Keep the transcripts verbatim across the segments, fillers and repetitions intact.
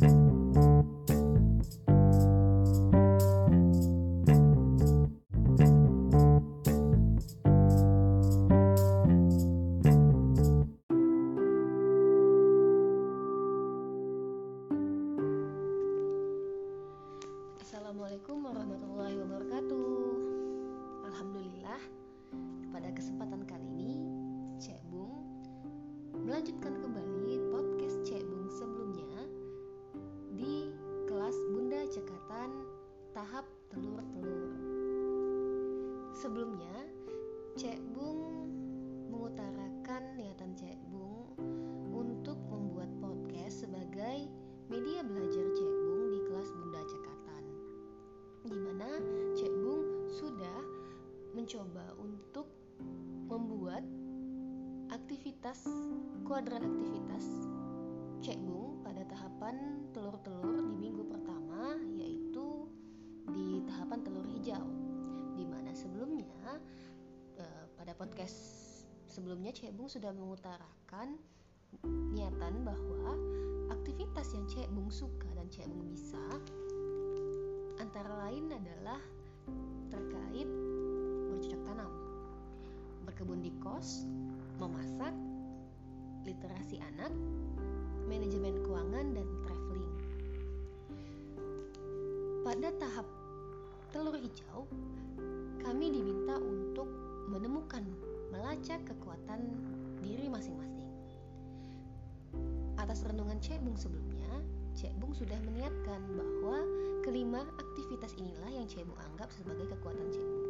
Assalamualaikum warahmatullahi wabarakatuh. Alhamdulillah, pada kesempatan kali ini Cek Bung melanjutkan kembali podcast Cek Bung sebelumnya di kelas Bunda Cekatan tahap telur-telur. Sebelumnya Cek Bung mengutarakan niatan Cek Bung untuk membuat podcast sebagai media belajar Cek Bung di kelas Bunda Cekatan, di mana Cek Bung sudah mencoba untuk membuat aktivitas kuadran aktivitas Cek Bung pada tahapan telur-telur di minggu pertama, yaitu di tahapan telur hijau, di mana sebelumnya eh, pada podcast sebelumnya Cek Bung sudah mengutarakan niatan bahwa aktivitas yang Cek Bung suka dan Cek Bung bisa antara lain adalah terkait bercocok tanam, berkebun di kos, memasak, literasi anak, manajemen keuangan, dan traveling. Pada tahap telur hijau, kami diminta untuk menemukan, melacak kekuatan diri masing-masing. Atas renungan Cek Bung sebelumnya, Cek Bung sudah meniatkan bahwa kelima aktivitas inilah yang Cek Bung anggap sebagai kekuatan Cek Bung.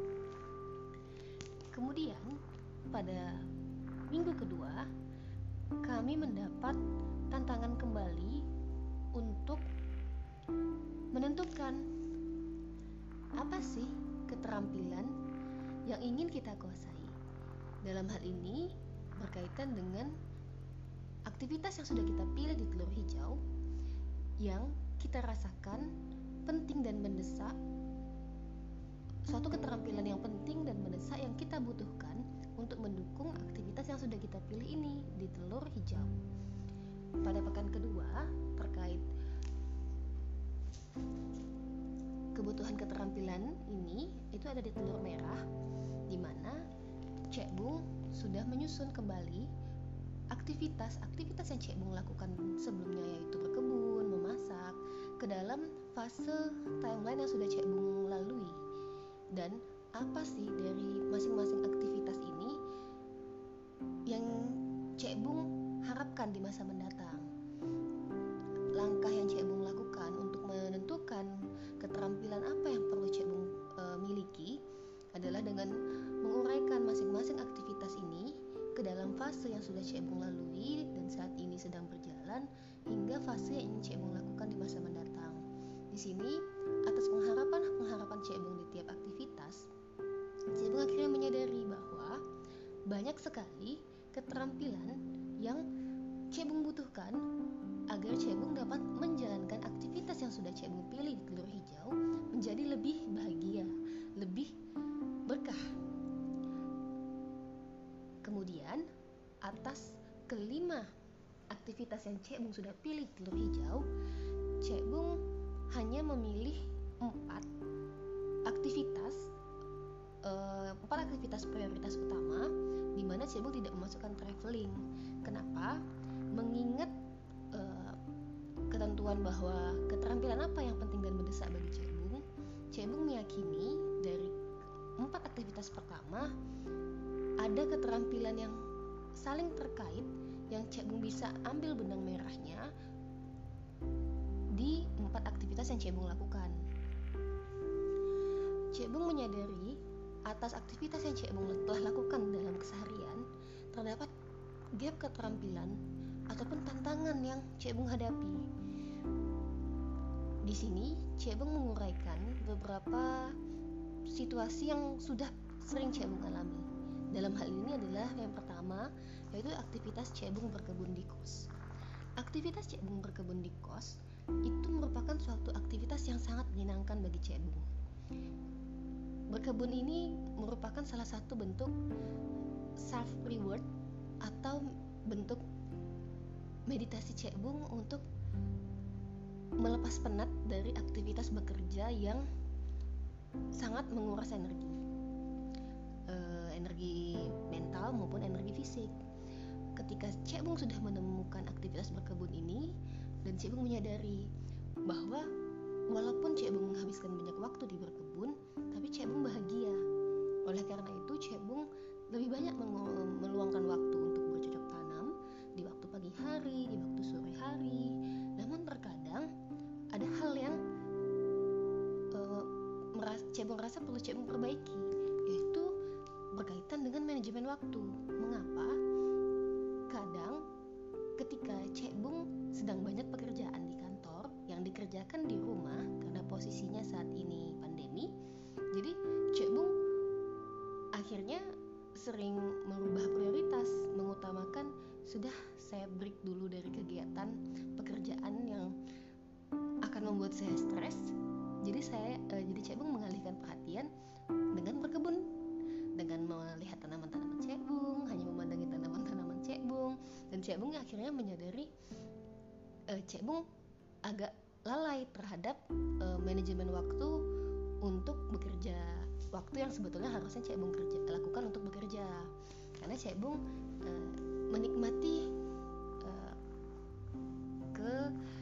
Kemudian pada minggu kedua, kami mendapat tantangan kembali untuk menentukan apa sih keterampilan yang ingin kita kuasai. Dalam hal ini berkaitan dengan aktivitas yang sudah kita pilih di telur hijau yang kita rasakan penting dan mendesak, suatu keterampilan yang penting dan mendesak yang kita butuhkan untuk mendukung aktivitas yang sudah kita pilih ini di telur hijau. Pada pekan kedua terkait kebutuhan keterampilan ini itu ada di telur merah, di mana Cek Bung sudah menyusun kembali aktivitas-aktivitas yang Cek Bung lakukan sebelumnya, yaitu berkebun, memasak, ke dalam fase timeline yang sudah Cek Bung lalui, dan apa sih dari masing-masing aktivitas ini yang Cek Bung harapkan di masa mendatang. Langkah yang Cek Bung lakukan untuk menentukan keterampilan apa yang perlu Cek Bung e, miliki adalah dengan menguraikan masing-masing aktivitas ini ke dalam fase yang sudah Cek Bung lalui dan saat ini sedang berjalan, hingga fase yang ingin Cek Bung lakukan di masa mendatang. Di sini, atas pengharapan-pengharapan Cek Bung di tiap aktivitas, Cek Bung akhirnya menyadari bahwa banyak sekali keterampilan yang Cek Bung butuhkan agar Cek Bung dapat menjalankan aktivitas yang sudah Cek Bung pilih di telur hijau menjadi lebih bahagia, lebih berkah. Kemudian, atas kelima aktivitas yang Cek Bung sudah pilih di telur hijau, Cek Bung hanya memilih empat aktivitas uh, empat aktivitas prioritas utama, di mana Cek Bung tidak memasukkan traveling. Kenapa? Mengingat uh, ketentuan bahwa keterampilan apa yang penting dan mendesak bagi Cek Bung, Cek Bung meyakini dari empat aktivitas pertama ada keterampilan yang saling terkait yang Cek Bung bisa ambil benang merahnya di empat aktivitas yang Cek Bung lakukan. Cek Bung menyadari atas aktivitas yang Cek Bung telah lakukan dalam keseharian terdapat gap keterampilan ataupun tantangan yang Cek Bung hadapi. Di sini Cek Bung menguraikan beberapa situasi yang sudah sering Cek Bung alami. Dalam hal ini adalah yang pertama, yaitu aktivitas Cek Bung berkebun di kos. Aktivitas Cek Bung berkebun di kos itu merupakan suatu aktivitas yang sangat menyenangkan bagi Cek Bung. Berkebun ini merupakan salah satu bentuk self reward atau bentuk meditasi Cek Bung untuk melepas penat dari aktivitas bekerja yang sangat menguras energi, e, energi mental maupun energi fisik. Ketika Cek Bung sudah menemukan aktivitas berkebun ini, dan Cek Bung menyadari bahwa walaupun Cek Bung menghabiskan banyak waktu di berkebun, tapi Cek Bung bahagia. Oleh karena itu Cek Bung lebih banyak meluangkan waktu untuk bercocok tanam di waktu pagi hari, di waktu sore hari. Namun terkadang ada hal yang uh, meras- Cek Bung rasa perlu Cek Bung perbaiki, yaitu berkaitan dengan manajemen waktu. Mengapa? Kadang ketika Cek Bung sedang banyak pekerjaan di kantor yang dikerjakan di rumah karena posisinya saat ini pandemi, jadi Cek Bung akhirnya sering merubah prioritas, mengutamakan sudah saya break dulu dari kegiatan pekerjaan yang akan membuat saya stres. Jadi saya eh, jadi Cek Bung mengalihkan perhatian dengan berkebun, dengan melihat tanaman-tanaman Cek Bung, hanya memandangi tanaman-tanaman Cek Bung, dan Cek Bung akhirnya menyadari eh, Cek Bung agak lalai terhadap eh, manajemen waktu untuk bekerja, waktu yang sebetulnya harusnya Cek Bung kerja, lakukan untuk bekerja. Karena Cek Bung uh, menikmati uh, ke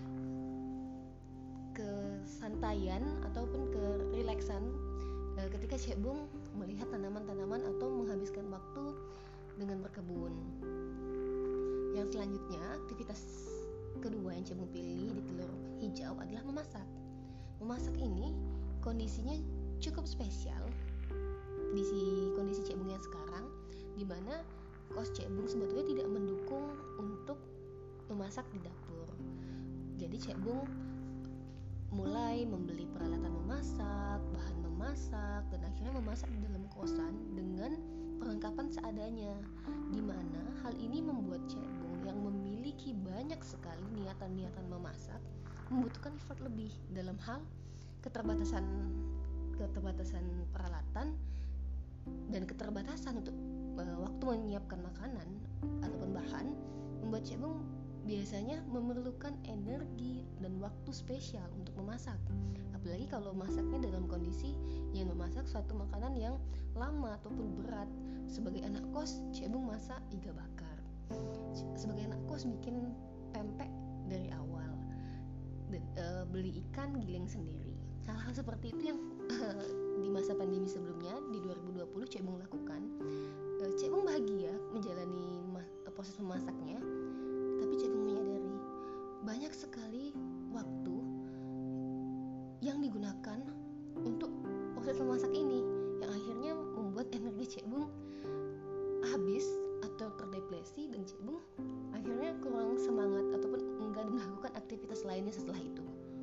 kesantaian ataupun kerileksan uh, ketika Cek Bung melihat tanaman-tanaman atau menghabiskan waktu dengan berkebun. Yang selanjutnya, aktivitas kedua yang Cek Bung pilih di telur hijau adalah memasak. Memasak ini kondisinya cukup spesial di kondisi Cek Bung yang sekarang, di mana kos Cek Bung sebetulnya tidak mendukung untuk memasak di dapur. Jadi Cek Bung mulai membeli peralatan memasak, bahan memasak, dan akhirnya memasak di dalam kosan dengan perlengkapan seadanya, di mana hal ini membuat Cek Bung yang memiliki banyak sekali niatan-niatan memasak membutuhkan effort lebih dalam hal keterbatasan keterbatasan peralatan dan keterbatasan untuk uh, waktu menyiapkan makanan ataupun bahan, membuat Cek Bung biasanya memerlukan energi dan waktu spesial untuk memasak. Apalagi kalau masaknya dalam kondisi yang memasak suatu makanan yang lama ataupun berat. Sebagai anak kos, Cek Bung masak iga bakar. Sebagai anak kos bikin pempek dari awal. Dan, uh, beli ikan giling sendiri. Hal-hal seperti itu yang uh, di masa pandemi sebelumnya di dua ribu dua puluh Cek Bung lakukan. uh, Cek Bung bahagia menjalani ma- proses memasaknya, tapi Cek Bung menyadari banyak sekali waktu yang digunakan untuk proses memasak ini, yang akhirnya membuat energi Cek Bung habis atau terdepresi, dan Cek Bung akhirnya kurang semangat ataupun enggak melakukan aktivitas lainnya setelah itu.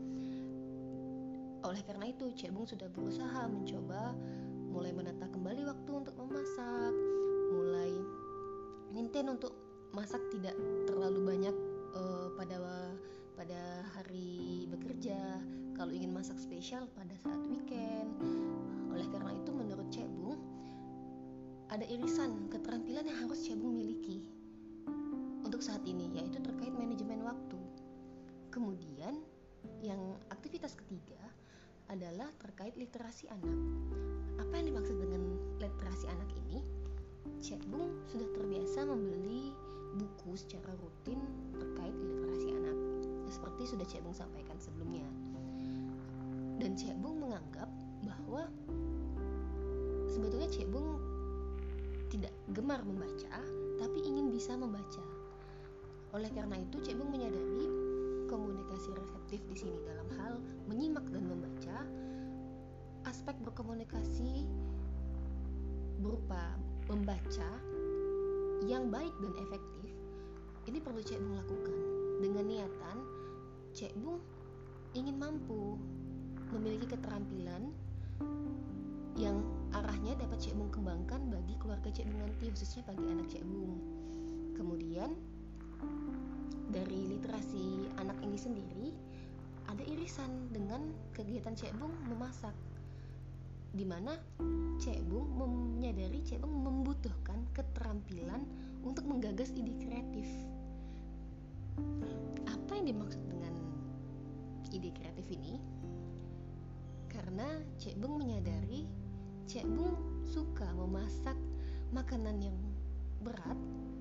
Oleh karena itu, Cek Bung sudah berusaha mencoba mulai menata kembali waktu untuk memasak, mulai maintain untuk masak tidak terlalu banyak uh, pada pada hari bekerja, kalau ingin masak spesial pada saat weekend. Oleh karena itu, menurut Cek Bung ada irisan keterampilan yang harus Cek Bung miliki untuk saat ini, yaitu terkait manajemen waktu. Kemudian yang aktivitas ketiga adalah terkait literasi anak. Apa yang dimaksud dengan literasi anak ini? Cek Bung sudah terbiasa membeli buku secara rutin terkait literasi anak, seperti sudah Cek Bung sampaikan sebelumnya. Dan Cek Bung menganggap bahwa sebetulnya Cek Bung tidak gemar membaca, tapi ingin bisa membaca. Oleh karena itu, Cek Bung menyadari komunikasi reseptif di sini dalam hal menyimak dan membaca. Aspek berkomunikasi berupa membaca yang baik dan efektif ini perlu Cek Bung lakukan dengan niatan Cek Bung ingin mampu memiliki keterampilan yang arahnya dapat Cek Bung kembangkan bagi keluarga Cek Bung nanti, khususnya bagi anak Cek Bung. Kemudian dari literasi anak ini sendiri ada irisan dengan kegiatan Cek Bung memasak, di mana Cek Bung menyadari Cek Bung membutuhkan keterampilan untuk menggagas ide kreatif. Apa yang dimaksud dengan ide kreatif ini? Karena Cek Bung menyadari Cek Bung suka memasak makanan yang berat,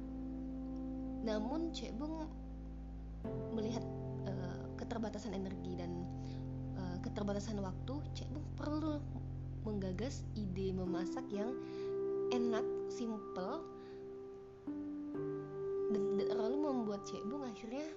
namun Cek Bung melihat uh, keterbatasan energi dan uh, keterbatasan waktu. Cek Bung perlu menggagas ide memasak yang enak, simple, dan, dan lalu membuat Cek Bung akhirnya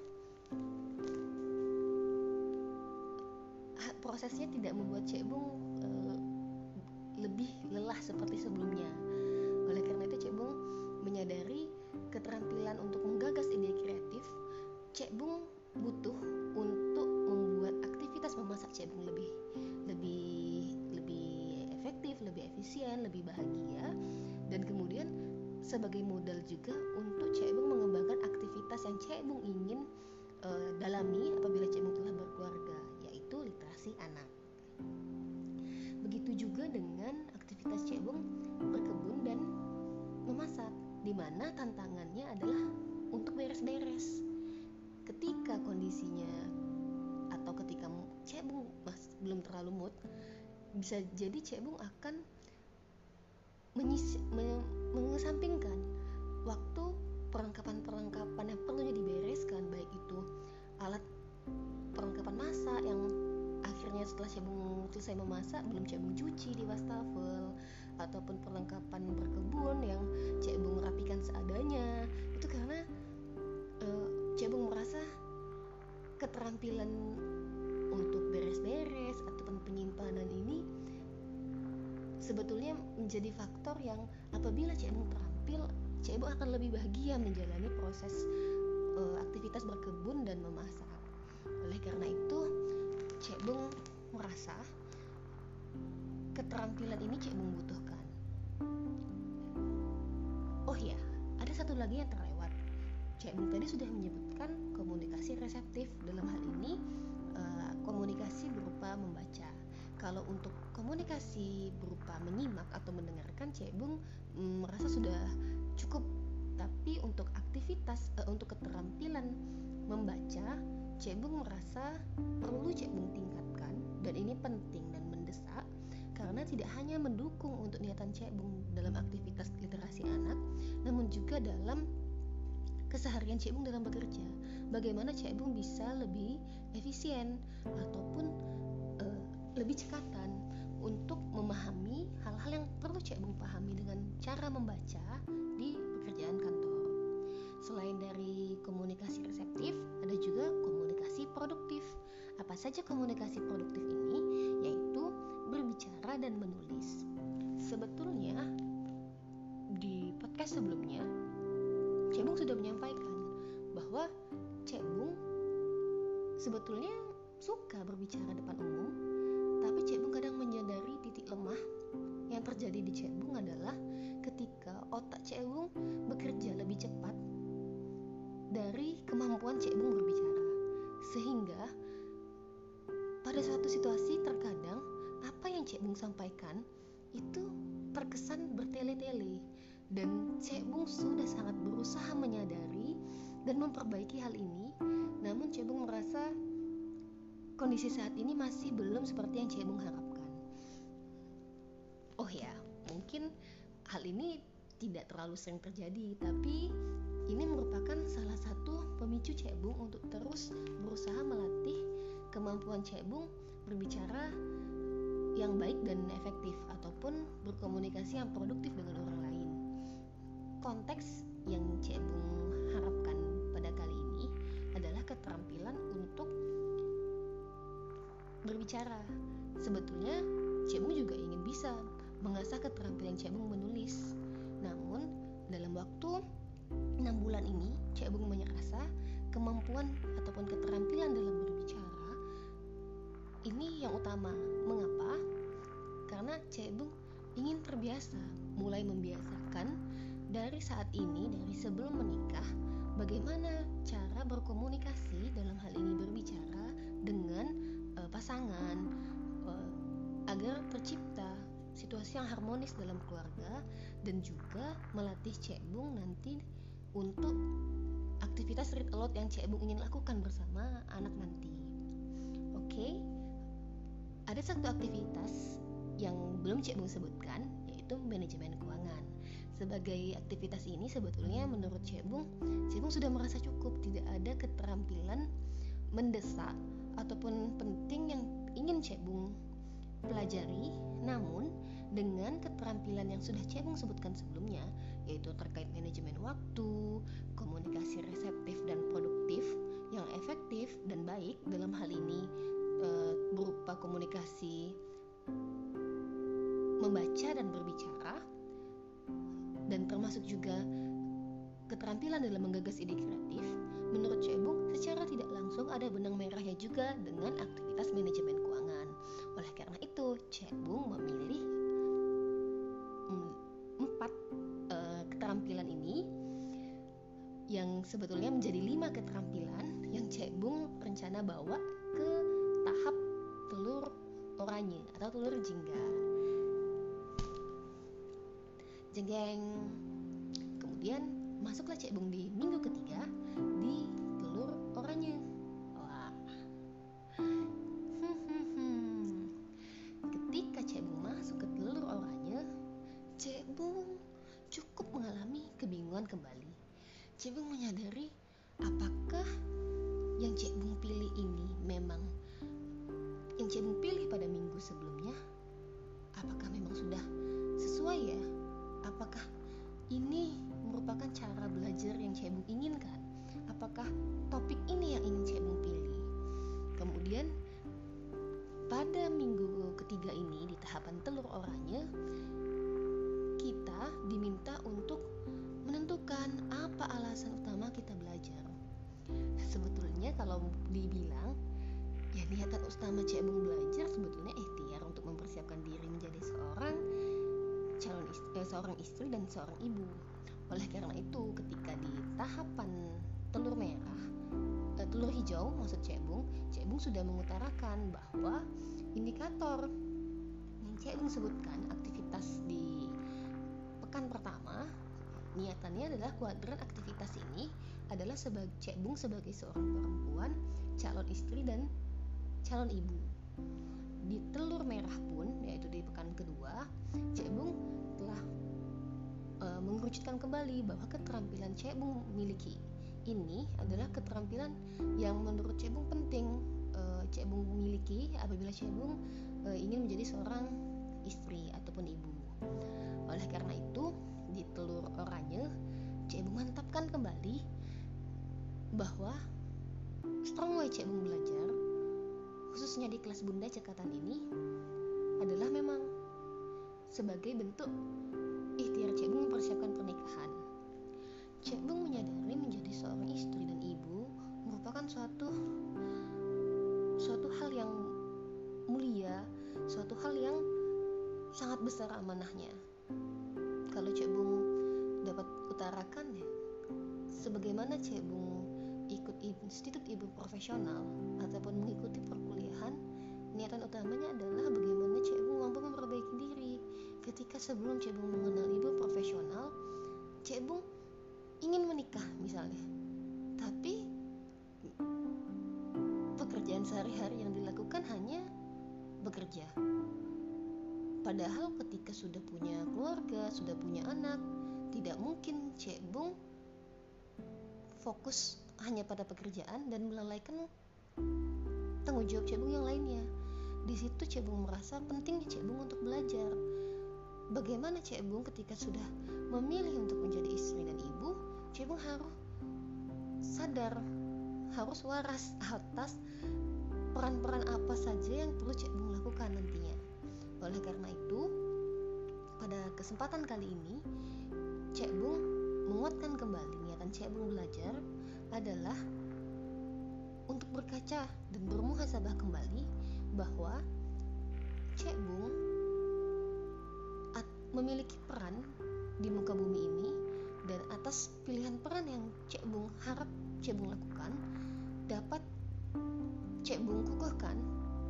prosesnya tidak membuat Cek Bung uh, lebih lelah seperti sebelumnya. Oleh karena itu Cek Bung menyadari keterampilan untuk menggagas ide kreatif Cek Bung butuh untuk membuat aktivitas memasak Cek Bung lebih lebih lebih efektif, lebih efisien, lebih bahagia, dan kemudian sebagai modal juga untuk Cek Bung mengembangkan aktivitas yang Cek Bung ingin uh, dalami apabila Cek Bung telah berkeluarga, yaitu literasi anak. Begitu juga dengan aktivitas Cek Bung berkebun dan memasak, di mana tantangannya adalah untuk beres-beres. Ketika kondisinya atau ketika Cek Bung mas, belum terlalu mood, bisa jadi Cek Bung akan menyis, me, mengesampingkan waktu perlengkapan-perlengkapan yang perlunya dibereskan, baik itu alat perlengkapan masak yang akhirnya setelah Cek Bung selesai memasak belum Cek Bung cuci di wastafel, ataupun perlengkapan berkebun yang Cek Bung rapikan seadanya. Itu karena uh, Cek Bung merasa keterampilan untuk beres-beres ataupun penyimpanan ini sebetulnya menjadi faktor yang apabila Cek Bung terampil, Cek Bung akan lebih bahagia menjalani proses uh, aktivitas berkebun dan memasak. Oleh karena itu Cek Bung merasa keterampilan ini Cek Bung butuhkan. Oh ya, ada satu lagi yang terlewat. Cek Bung tadi sudah menyebutkan komunikasi reseptif. Dalam hal ini uh, komunikasi berupa membaca. Kalau untuk komunikasi berupa menyimak atau mendengarkan, Cek Bung mm, merasa sudah cukup. Tapi untuk aktivitas, uh, untuk keterampilan membaca, Cek Bung merasa perlu Cek Bung tingkatkan, dan ini penting dan mendesak karena tidak hanya mendukung untuk niatan Cek Bung dalam aktivitas literasi anak, namun juga dalam keseharian Cek Bung dalam bekerja. Bagaimana Cek Bung bisa lebih efisien ataupun uh, lebih cekatan untuk memahami hal-hal yang perlu Cek Bung pahami dengan cara membaca di pekerjaan kantor. Selain dari komunikasi reseptif, ada juga komunikasi produktif. Apa saja komunikasi produktif ini? Yaitu berbicara dan menulis. Sebetulnya di podcast sebelumnya Cek Bung sudah menyampaikan bahwa Cek Bung sebetulnya suka berbicara depan umum, tapi Cek Bung kadang menyadari titik lemah yang terjadi di Cek Bung adalah ketika otak Cek Bung bekerja lebih cepat dari kemampuan Cek Bung berbicara, sehingga pada suatu situasi terkadang apa yang Cek Bung sampaikan itu terkesan bertele-tele, dan Cek Bung sudah sangat berusaha menyadari dan memperbaiki hal ini, namun Cek Bung merasa kondisi saat ini masih belum seperti yang Cek Bung harapkan. Oh ya, mungkin hal ini tidak terlalu sering terjadi, tapi ini merupakan salah satu pemicu Cek Bung untuk terus berusaha melatih kemampuan Cek Bung berbicara yang baik dan efektif, ataupun berkomunikasi yang produktif dengan orang lain. Konteks yang Cek Bung harapkan pada kali ini adalah keterampilan untuk berbicara. Sebetulnya Cek Bung juga ingin bisa mengasah keterampilan Cek Bung menulis. Namun dalam waktu enam bulan ini Cek Bung merasa kemampuan ataupun keterampilan dalam berbicara ini yang utama. Mengapa? Karena Cek Bung ingin terbiasa, mulai membiasakan dari saat ini, dari sebelum menikah, bagaimana cara berkomunikasi, dalam hal ini berbicara dengan uh, pasangan, uh, agar tercipta situasi yang harmonis dalam keluarga, dan juga melatih Cek Bung nanti untuk aktivitas read aloud yang Cek Bung ingin lakukan bersama anak nanti. ada satu aktivitas yang belum Cik Bung sebutkan, yaitu manajemen keuangan. Sebagai aktivitas ini sebetulnya menurut Cik Bung, Cik Bung sudah merasa cukup, tidak ada keterampilan mendesak ataupun penting yang ingin Cik Bung pelajari. Namun dengan keterampilan yang sudah Cik Bung sebutkan sebelumnya, yaitu terkait manajemen waktu, komunikasi reseptif dan produktif yang efektif dan baik, dalam hal ini e, berupa komunikasi membaca dan berbicara, dan termasuk juga keterampilan dalam menggagas ide kreatif, menurut Cik Bung secara tidak langsung ada benang merahnya juga dengan aktivitas manajemen keuangan. Oleh karena itu, Cik Bung memilih mm, empat uh, keterampilan ini yang sebetulnya menjadi lima keterampilan yang Cik Bung rencana bawa ke tahap telur oranye atau telur jingga. Jeng-jeng. Kemudian masuklah Cik Bung di minggu ketiga di telur oranye. Wah. Ketika Cik Bung masuk ke telur oranye, Cik Bung cukup mengalami kebingungan kembali. Cik Bung menyadari apakah yang Cik Bung pilih ini memang yang Cik Bung pilih pada minggu sebelumnya, apakah memang sudah sesuai ya? Apakah ini merupakan cara belajar yang Cik Bung inginkan? Apakah topik ini yang ingin Cik Bung pilih? Kemudian pada minggu ketiga ini di tahapan telur oranye, kita diminta untuk menentukan apa alasan utama kita belajar. Sebetulnya kalau dibilang ya niatan utama Cik Bung belajar sebetulnya ikhtiar untuk mempersiapkan diri menjadi seorang calon istri, eh, seorang istri dan seorang ibu. Oleh karena itu, ketika di tahapan telur merah, eh, telur hijau maksud Cik Bung, Cik Bung sudah mengutarakan bahwa indikator yang Cik Bung sebutkan aktivitas di pekan pertama, niatannya adalah kuadran aktivitas ini adalah sebagai Cik Bung sebagai seorang perempuan, calon istri dan calon ibu. Di telur merah pun, yaitu di pekan kedua, Cik Bung telah e, mengerucutkan kembali bahwa keterampilan Cik Bung miliki ini adalah keterampilan yang menurut Cik Bung penting e, Cik Bung miliki apabila Cik Bung e, ingin menjadi seorang istri ataupun ibu. Oleh karena itu, di telur oranye, Cik Bung mantapkan kembali bahwa strong way Cik Bung belajar, khususnya di kelas Bunda Cekatan ini, adalah memang sebagai bentuk ikhtiar Cik Bung mempersiapkan pernikahan. Cik Bung menyadari menjadi seorang istri dan ibu merupakan suatu suatu hal yang mulia, suatu hal yang sangat besar amanahnya. Kalau Cik Bung dapat utarakan ya, sebagaimana Cik Bung ikut institut ibu profesional ataupun mengikuti perkuliahan, niatan utamanya adalah bagaimana Cik Bung mampu memperbaiki diri. Ketika sebelum Cik Bung mengenal ibu profesional, Cik Bung ingin menikah misalnya, tapi pekerjaan sehari-hari yang dilakukan hanya bekerja. Padahal ketika sudah punya keluarga, sudah punya anak, tidak mungkin Cik Bung fokus hanya pada pekerjaan dan melalaikan tanggung jawab Cik Bung yang lainnya. Di situ Cik Bung merasa pentingnya Cik Bung untuk belajar. Bagaimana Cik Bung ketika sudah memilih untuk menjadi istri dan ibu, Cik Bung harus sadar, harus waras atas peran-peran apa saja yang perlu Cik Bung lakukan nantinya. Oleh karena itu, pada kesempatan kali ini, Cik Bung menguatkan kembali niatan Cik Bung belajar adalah untuk berkaca dan bermuhasabah kembali bahwa Cik Bung memiliki peran di muka bumi ini, dan atas pilihan peran yang Cik Bung harap Cik Bung lakukan dapat Cik Bung kukuhkan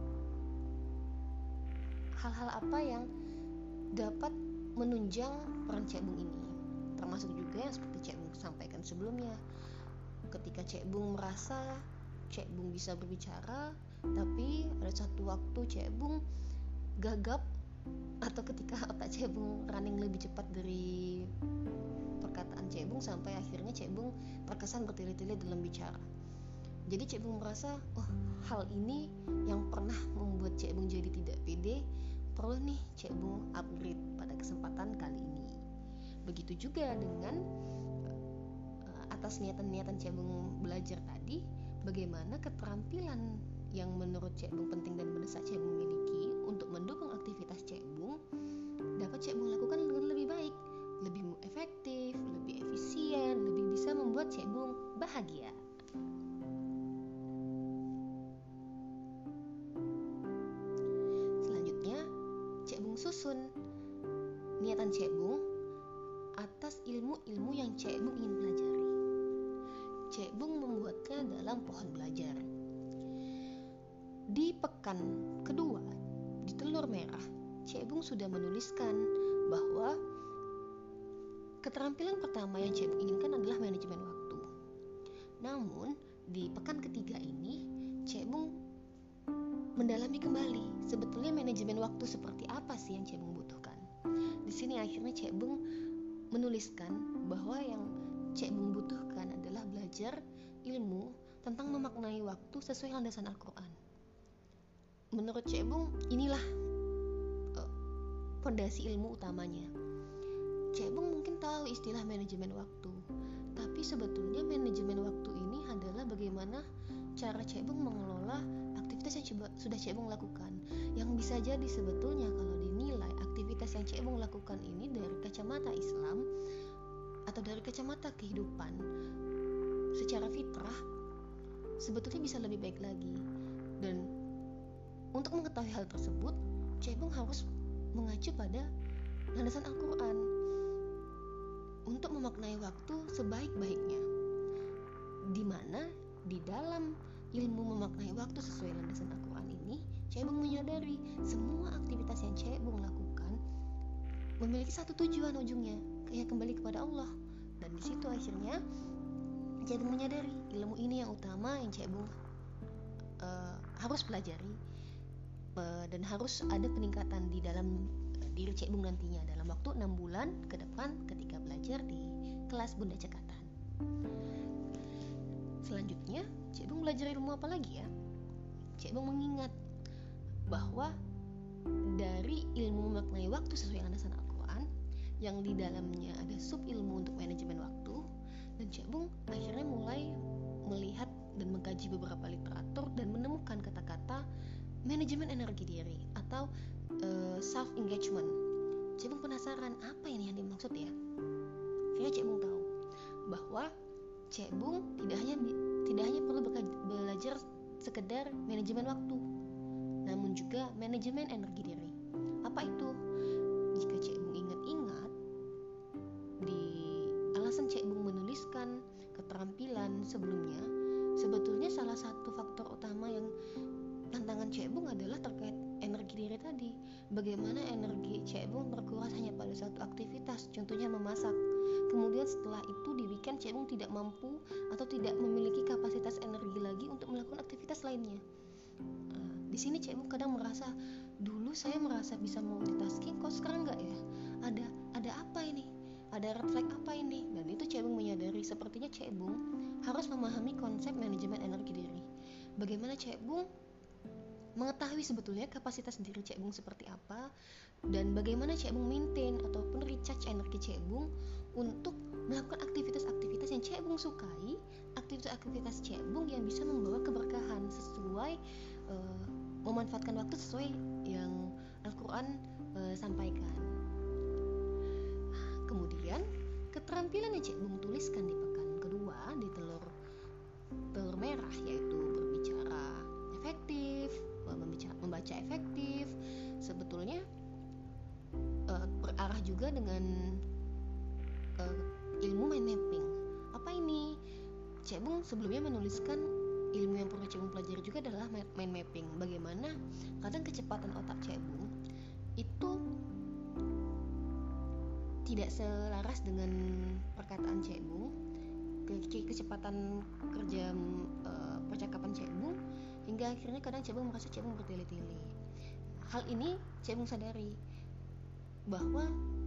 hal-hal apa yang dapat menunjang peran Cik Bung ini, termasuk juga yang seperti Cik Bung sampaikan sebelumnya. Ketika Cik Bung merasa Cik Bung bisa berbicara, tapi ada satu waktu Cek Bung gagap, atau ketika otak Cek Bung running lebih cepat dari perkataan Cek Bung, sampai akhirnya Cek Bung terkesan bertele-tele dalam bicara. Jadi Cek Bung merasa, oh, hal ini yang pernah membuat Cek Bung jadi tidak pede, perlu nih Cek Bung upgrade pada kesempatan kali ini. Begitu juga dengan uh, atas niatan-niatan Cek Bung belajar tadi, bagaimana keterampilan yang menurut Cek Bung penting dan mendesak Cek Bung miliki untuk mendukung aktivitas Cek Bung dapat Cek Bung lakukan dengan lebih baik, lebih efektif, lebih efisien, lebih bisa membuat Cek Bung bahagia. Selanjutnya, Cek Bung susun niatan Cek Bung atas ilmu-ilmu yang Cek Bung ingin pelajari. Cek Bung membuatnya dalam pohon belajar. Di pekan kedua di Telur Merah, Cek Bung sudah menuliskan bahwa keterampilan pertama yang Cek Bung inginkan adalah manajemen waktu. Namun di pekan ketiga ini, Cek Bung mendalami kembali sebetulnya manajemen waktu seperti apa sih yang Cek Bung butuhkan. Di sini akhirnya Cek Bung menuliskan bahwa yang Cek Bung butuhkan adalah belajar ilmu tentang memaknai waktu sesuai landasan Al-Quran. Menurut Cek Bung, inilah fondasi uh, ilmu utamanya. Cek Bung mungkin tahu istilah manajemen waktu, tapi sebetulnya manajemen waktu ini adalah bagaimana cara Cek Bung mengelola aktivitas yang coba, sudah Cek Bung lakukan. Yang bisa jadi sebetulnya kalau dinilai aktivitas yang Cek Bung lakukan ini dari kacamata Islam atau dari kacamata kehidupan secara fitrah, sebetulnya bisa lebih baik lagi. Dan untuk mengetahui hal tersebut, Cek Bung harus mengacu pada landasan Al-Quran untuk memaknai waktu sebaik-baiknya, di mana di dalam ilmu memaknai waktu sesuai landasan Al-Quran ini, Cek Bung menyadari semua aktivitas yang Cek Bung lakukan memiliki satu tujuan ujungnya, kayak kembali kepada Allah. Dan di situ akhirnya Cek Bung menyadari ilmu ini yang utama yang Cek Bung uh, harus pelajari, uh, dan harus ada peningkatan di dalam uh, diri Cek Bung nantinya dalam waktu enam bulan ke depan ketika belajar di kelas Bunda Cekatan. Selanjutnya, Cek Bung belajar ilmu apa lagi ya? Cek Bung mengingat bahwa dari ilmu memaknai waktu sesuai landasan Al-Quran yang di dalamnya ada sub ilmu untuk manajemen waktu, dan Cek Bung akhirnya mulai melihat dan mengkaji beberapa literatur dan menemukan kata-kata manajemen energi diri atau uh, self engagement. Cek Bung penasaran apa ini yang dimaksud ya? Akhirnya Cek Bung tahu bahwa Cek Bung tidak hanya tidak hanya perlu belajar sekedar manajemen waktu, namun juga manajemen energi diri. Apa itu? Jika Cek Bung ingat-ingat, di alasan Cek Bung menuliskan keterampilan sebelumnya, sebetulnya salah satu faktor utama yang tantangan Cek Bung adalah terkait energi diri tadi. Bagaimana energi Cek Bung terkuras hanya pada satu aktivitas, contohnya memasak. Kemudian setelah itu di weekend Cek Bung tidak mampu atau tidak memiliki kapasitas energi lagi untuk melakukan aktivitas lainnya. Nah, di sini Cek Bung kadang merasa, dulu saya merasa bisa multitasking, kok sekarang enggak ya? Ada ada apa ini? Ada red flag apa ini? Dan itu Cek Bung menyadari sepertinya Cek Bung harus memahami konsep manajemen energi diri. Bagaimana Cek Bung mengetahui sebetulnya kapasitas diri Cek Bung seperti apa, dan bagaimana Cek Bung maintain ataupun recharge energi Cek Bung untuk melakukan aktivitas-aktivitas yang Cek Bung sukai, aktivitas-aktivitas Cek Bung yang bisa membawa keberkahan sesuai uh, memanfaatkan waktu sesuai yang Al-Quran uh, sampaikan. Kemudian keterampilan yang Cek Bung tuliskan di pekan kedua di telur telur merah, yaitu berbicara efektif, membaca, membaca efektif, sebetulnya uh, berarah juga dengan uh, ilmu mind mapping. Apa ini? Cek Bung sebelumnya menuliskan ilmu yang perlu Cek Bung pelajari juga adalah mind mapping. Bagaimana kadang kecepatan otak Cek Bung itu tidak selaras dengan perkataan Cek Bung. Ke- kecepatan kerja uh, percakapan Cek Bung hingga akhirnya kadang Cek Bung merasa Cek Bung bertele-tele. Hal ini Cek Bung sadari bahwa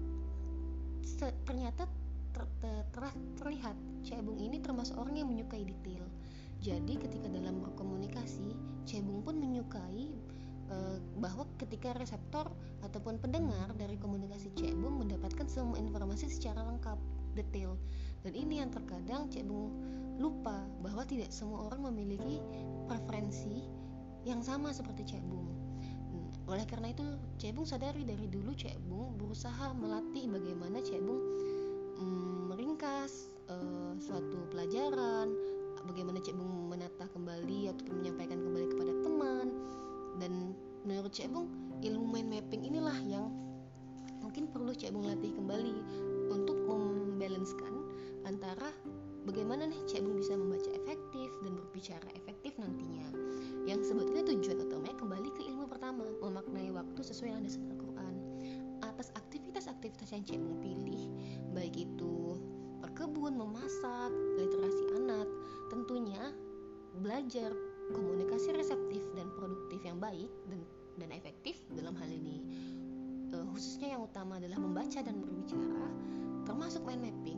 se- ternyata ter, ter, ter, terlihat Cek Bung ini termasuk orang yang menyukai detail. Jadi ketika dalam berkomunikasi, Cek Bung pun menyukai e, bahwa ketika reseptor ataupun pendengar dari komunikasi Cek Bung mendapatkan semua informasi secara lengkap, detail. Dan ini yang terkadang Cek Bung lupa bahwa tidak semua orang memiliki preferensi yang sama seperti Cek Bung. Oleh karena itu, Cek Bung sadari dari dulu Cek Bung berusaha melatih bagaimana Cek Bung mm, meringkas uh, suatu pelajaran, bagaimana Cek Bung menata kembali atau menyampaikan kembali kepada teman. Dan menurut Cek Bung, ilmu mind mapping inilah yang mungkin perlu Cek Bung latih kembali untuk membalancekan antara bagaimana nih Cek Bung bisa membaca efektif dan berbicara efektif nantinya. Yang sebetulnya tujuan utamanya kembali ke ilmu pertama, memaknai waktu sesuai landasan Al-Quran. Atas aktivitas-aktivitas yang Cek Bung pilih, baik itu berkebun, memasak, literasi anak, tentunya belajar komunikasi reseptif dan produktif yang baik dan, dan efektif dalam hal ini. Uh, khususnya yang utama adalah membaca dan berbicara, termasuk mind mapping.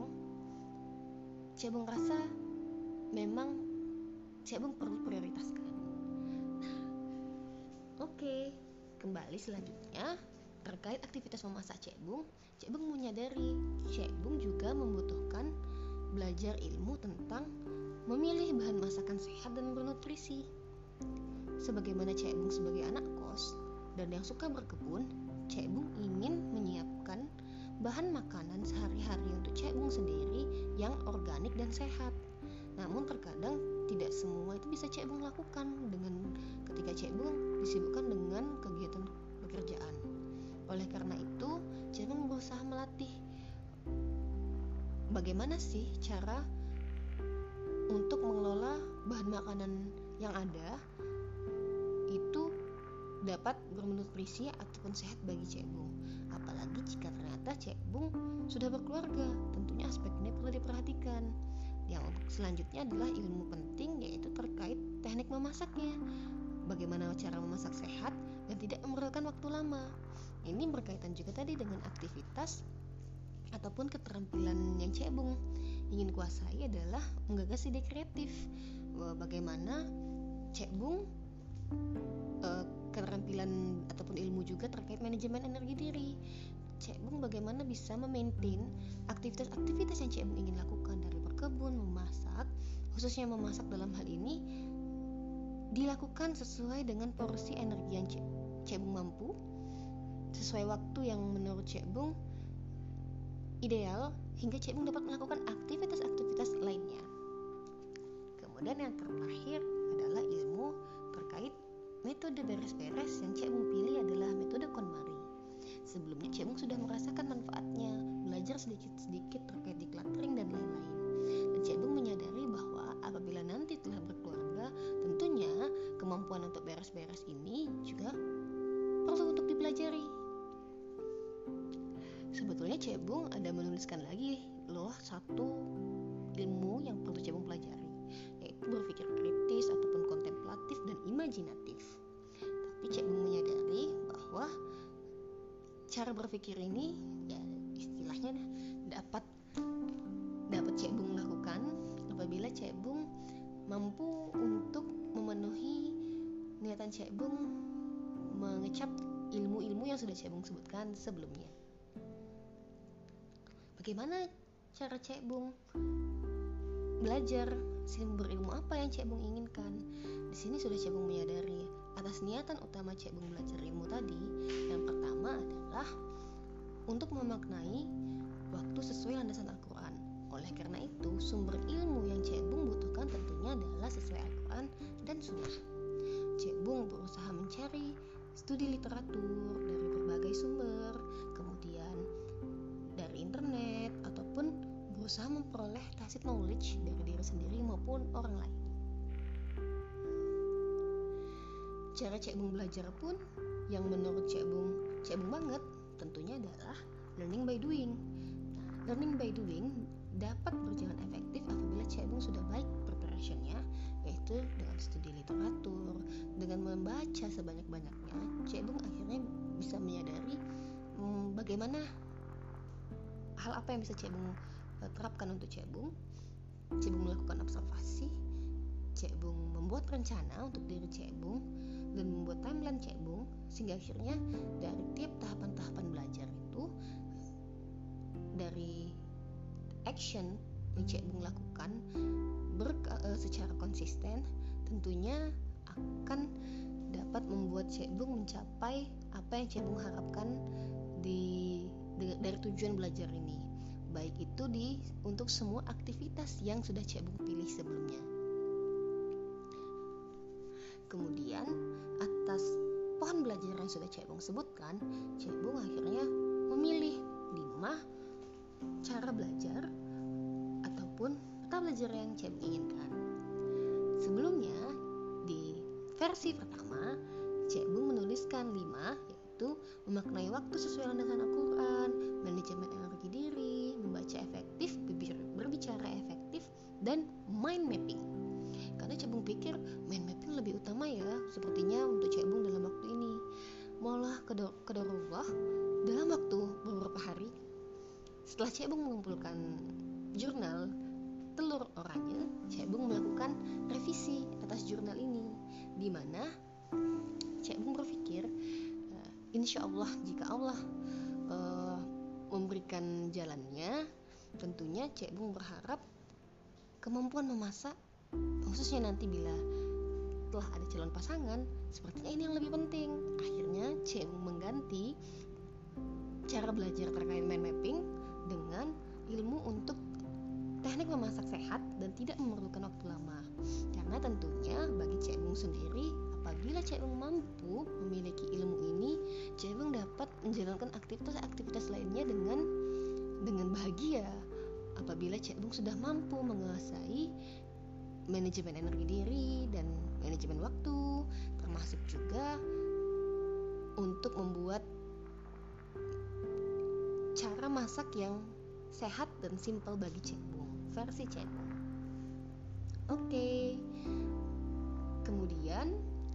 Cek Bung rasa memang Cek Bung perlu prioritaskan. Nah, oke, okay. Kembali selanjutnya terkait aktivitas memasak Cek Bung. Cek Bung menyadari Cek Bung juga membutuhkan belajar ilmu tentang memilih bahan masakan sehat dan bernutrisi. Sebagaimana Cek Bung sebagai anak kos dan yang suka berkebun, Cek Bung ingin menyiapkan bahan makanan sehari-hari untuk Cek Bung sendiri yang organik dan sehat. Namun terkadang tidak semua itu bisa Cek Bung lakukan dengan ketika Cek Bung disibukkan dengan kegiatan pekerjaan. Oleh karena itu, Cek Bung berusaha melatih bagaimana sih cara untuk mengelola bahan makanan yang ada itu dapat bernutrisi ataupun sehat bagi Cek Bung. Apalagi jika ternyata Cek Bung sudah berkeluarga, tentunya aspek ini perlu diperhatikan. Yang selanjutnya adalah ilmu penting, yaitu terkait teknik memasaknya. Bagaimana cara memasak sehat dan tidak memerlukan waktu lama. Ini berkaitan juga tadi dengan aktivitas ataupun keterampilan yang Cek Bung ingin kuasai adalah menggagas ide kreatif. Bagaimana Cek Bung uh, keterampilan ataupun ilmu juga terkait manajemen energi diri. Cek Bung bagaimana bisa memaintain aktivitas-aktivitas yang Cek Bung ingin lakukan, dari berkebun, memasak, khususnya memasak dalam hal ini dilakukan sesuai dengan porsi energi yang Cek, Cek Bung mampu, sesuai waktu yang menurut Cek Bung ideal, hingga Cek Bung dapat melakukan aktivitas-aktivitas lainnya. Kemudian yang terakhir adalah ilmu terkait metode beres-beres yang Cek Bung pilih adalah metode KonMari. Sebelumnya Cek Bung sudah merasakan manfaatnya, belajar sedikit-sedikit terkait decluttering dan lain-lain. Dan Cek Bung menyadari bahwa apabila nanti telah berkeluarga, tentunya kemampuan untuk beres-beres ini juga perlu untuk dipelajari. Sebetulnya Cek Bung ada menuliskan lagi loh satu ilmu yang perlu Cek Bung pelajari, yaitu berpikir kritis ataupun kontemplatif dan imajinatif. Tapi Cek Bung menyadari bahwa cara berpikir ini ya istilahnya dapat dapat Cek Bung lakukan apabila Cek Bung mampu untuk memenuhi niatan Cek Bung mengecap ilmu-ilmu yang sudah Cek Bung sebutkan sebelumnya. Bagaimana cara Cek Bung belajar sumber ilmu apa yang Cek Bung inginkan? Di sini sudah Cek Bung menyadari atas niatan utama Cek Bung belajar ilmu tadi. Yang pertama adalah untuk memaknai waktu sesuai landasan Al-Quran. Oleh karena itu, sumber ilmu yang Cek Bung butuhkan tentunya adalah sesuai Al-Quran dan Sunnah. Cek Bung berusaha mencari studi literatur dari berbagai sumber, kemudian dari internet, ataupun berusaha memperoleh tacit knowledge dari diri sendiri maupun orang lain. Cara Cek Bung belajar pun yang menurut Cek Bung, Cek Bung banget tentunya adalah learning by doing. Nah, learning by doing dapat berjalan efektif apabila Cek Bung sudah baik preparationnya, yaitu itu dengan studi literatur, dengan membaca sebanyak-banyaknya, Cek Bung akhirnya bisa menyadari hmm, bagaimana hal apa yang bisa Cek Bung uh, terapkan untuk Cek Bung. Cek Bung melakukan observasi, Cek Bung membuat rencana untuk diri Cek Bung, dan membuat timeline Cek Bung, sehingga akhirnya dari tiap tahapan-tahapan belajar itu, dari action yang Cek Bung lakukan ber, uh, secara konsisten, tentunya akan dapat membuat Cek Bung mencapai apa yang Cek Bung harapkan di, di dari tujuan belajar ini, baik itu di untuk semua aktivitas yang sudah Cek Bung pilih sebelumnya. Kemudian atas pohon belajar yang sudah Cek Bung sebutkan, Cek Bung akhirnya memilih lima cara belajar ataupun peta belajar yang Cek Bung inginkan. Sebelumnya di versi pertama, Cek Bung menuliskan lima, yaitu memaknai waktu sesuai landasan Al-Quran, manajemen energi diri, membaca efektif, berbicara efektif, dan mind mapping. Karena Cek Bung pikir mind mapping lebih utama ya, sepertinya untuk Cek Bung dalam waktu ini. Malah qadarullah, dalam waktu beberapa hari setelah Cek Bung mengumpulkan jurnal telur oranye, Cek Bung melakukan revisi atas jurnal ini, di mana Cek Bung berpikir uh, insya Allah jika Allah uh, memberikan jalannya, tentunya Cek Bung berharap kemampuan memasak, khususnya nanti bila telah ada calon pasangan, sepertinya ini yang lebih penting. Akhirnya Cek Bung mengganti cara belajar terkait mind mapping dengan ilmu untuk teknik memasak sehat dan tidak memerlukan waktu lama. Karena tentunya bagi Cek Bung sendiri, apabila Cek Bung mampu memiliki ilmu ini, Cek Bung dapat menjalankan aktivitas-aktivitas lainnya dengan dengan bahagia. Apabila Cek Bung sudah mampu menguasai manajemen energi diri dan manajemen waktu, termasuk juga untuk membuat cara masak yang sehat dan simpel bagi Cek Bung, versi Cek Bung. Oke, kemudian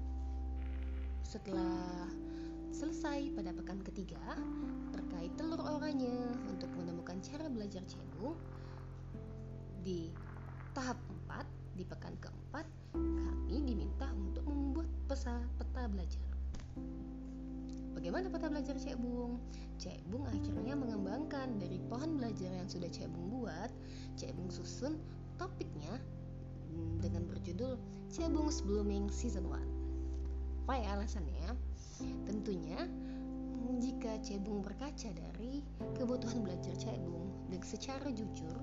setelah selesai pada pekan ketiga terkait telur oranye untuk menemukan cara belajar Cek Bung, di tahap empat, di pekan keempat, kami diminta untuk membuat pesa, peta belajar. Bagaimana peta belajar Cek Bung? Cek Bung akhirnya mengembangkan dari pohon belajar yang sudah Cek Bung buat. Cek Bung susun topiknya dengan berjudul Cek Bung's Blooming Season one. Apa ya alasannya? Tentunya jika Cek Bung berkaca dari kebutuhan belajar Cek Bung dan secara jujur,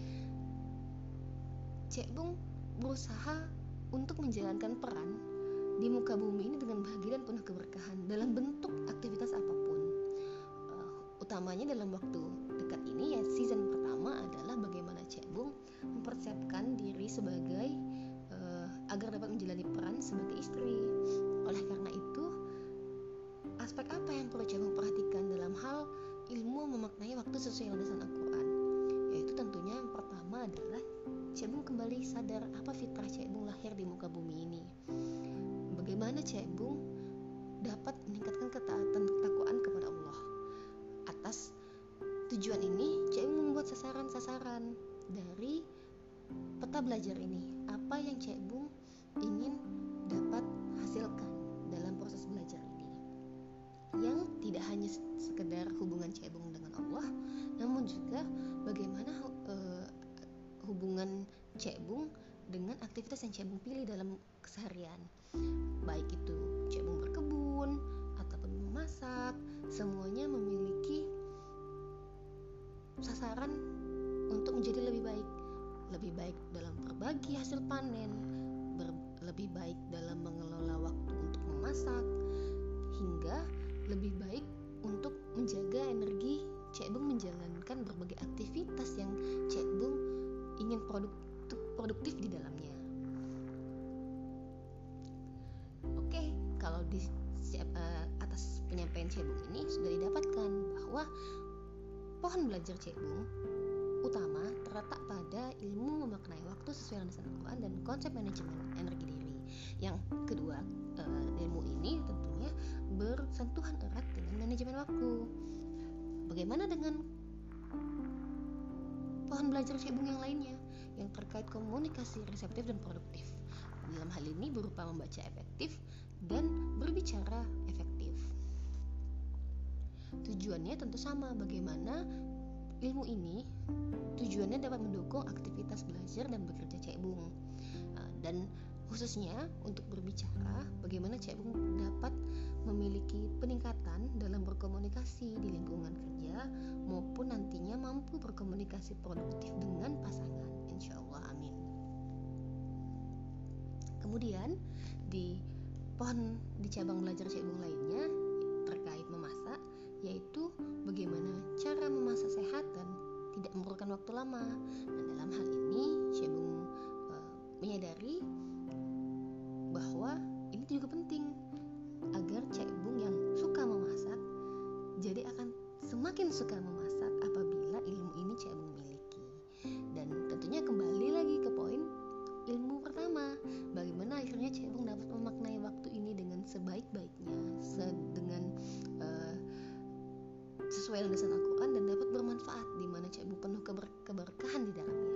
Cek Bung berusaha untuk menjalankan peran di muka bumi ini dengan bahagia dan penuh keberkahan dalam bentuk aktivitas apapun. Uh, utamanya dalam waktu dekat ini ya, season pertama adalah bagaimana Cek Bung mempersiapkan diri sebagai uh, agar dapat menjalani peran sebagai istri. Oleh karena itu, aspek apa yang perlu Cek Bung perhatikan dalam hal ilmu memaknai waktu sesuai landasan Al-Quran? Yaitu tentunya yang pertama adalah Cek Bung kembali sadar apa fitrah Cek Bung lahir di muka bumi ini. Bagaimana Cek Bung dapat meningkatkan ketaatan ketakwaan kepada Allah. Atas tujuan ini, Cek Bung membuat sasaran-sasaran dari peta belajar ini. Apa yang Cek Bung ingin dapat hasilkan dalam proses belajar ini, yang tidak hanya sekedar hubungan Cek Bung dengan Allah, namun juga bagaimana uh, hubungan Cek Bung dengan aktivitas yang Cek Bung pilih dalam keseharian, baik itu Cek Bung berkebun ataupun memasak, semuanya memiliki sasaran untuk menjadi lebih baik, lebih baik dalam berbagi hasil panen, ber, lebih baik dalam mengelola waktu untuk memasak, hingga lebih baik untuk menjaga energi Cek Bung menjalankan berbagai aktivitas yang Cek Bung ingin produktif, produktif di dalamnya. Oke, kalau di uh, atas penyampaian Cek Bung ini sudah didapatkan bahwa pohon belajar Cek Bung utama terletak pada ilmu memaknai waktu sesuai landasan Al-Quran dan konsep manajemen energi diri. Yang kedua, uh, ilmu ini tentunya bersentuhan erat dengan manajemen waktu. Bagaimana dengan pohon belajar cebung yang lainnya yang terkait komunikasi reseptif dan produktif? Dalam hal ini berupa membaca efektif dan berbicara efektif. Tujuannya tentu sama, bagaimana ilmu ini tujuannya dapat mendukung aktivitas belajar dan bekerja cebung. Dan khususnya untuk berbicara, bagaimana cebung dapat memiliki peningkatan dalam berkomunikasi di lingkungan kerja maupun nantinya mampu berkomunikasi produktif dengan pasangan, insya Allah, amin. Kemudian di pohon di cabang belajar cebung lainnya terkait memasak, yaitu bagaimana cara memasak sehat dan tidak memerlukan waktu lama. Nah, dalam hal ini cebung e, menyadari bahwa ini juga penting agar cebung yang suka memasak jadi akan semakin suka memasak apabila ilmu ini cebung miliki. Dan tentunya kembali lagi ke poin ilmu pertama, bagaimana akhirnya cebung dapat memaknai waktu ini dengan sebaik-baiknya, dengan uh, sesuai landasan Al-Quran dan dapat bermanfaat, di mana cebung penuh keber- keberkahan di dalamnya.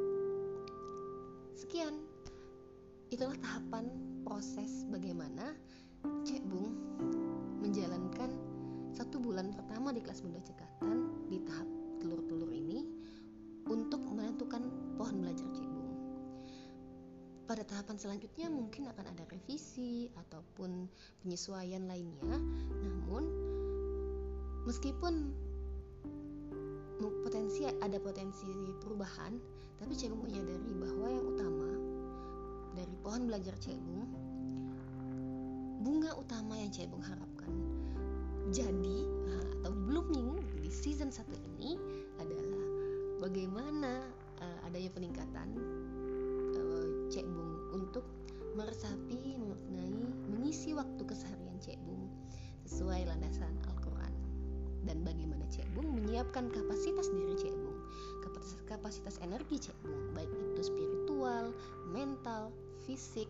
Sekian, itulah tahapan proses bagaimana cebung menjalankan satu bulan pertama di kelas Bunda Cekatan di tahap telur-telur ini untuk menentukan pohon belajar cebung. Pada tahapan selanjutnya mungkin akan ada revisi ataupun penyesuaian lainnya. Namun meskipun potensi ada potensi perubahan, tapi cebung menyadari bahwa yang utama dari pohon belajar cebung, bunga utama yang cebung harapkan jadi atau blooming di season satu ini adalah bagaimana uh, adanya peningkatan cebung untuk meresapi, memaknai, mengisi waktu keseharian cebung sesuai landasan Al-Quran, dan bagaimana cebung menyiapkan kapasitas diri cebung, kapasitas, kapasitas energi cebung, baik itu spiritual, mental, fisik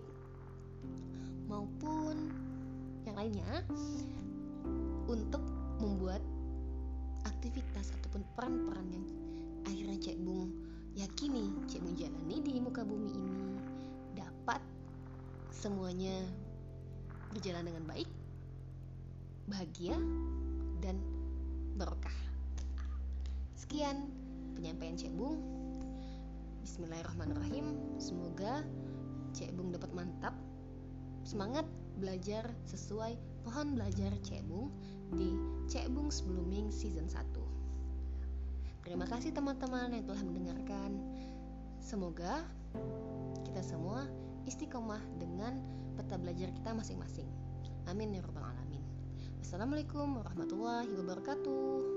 maupun yang lainnya, untuk membuat aktivitas ataupun peran-peran yang akhirnya cebung yakini cebung jalani di muka bumi ini dapat semuanya berjalan dengan baik, bahagia, dan berkah. Sekian penyampaian cebung. Bismillahirrahmanirrahim. Semoga cebung dapat mantap. Semangat belajar sesuai pohon belajar cebung di Cebung Blooming Season satu. Terima kasih teman-teman yang telah mendengarkan. Semoga kita semua istiqomah dengan peta belajar kita masing-masing. Amin ya rabbal alamin. Wassalamualaikum warahmatullahi wabarakatuh.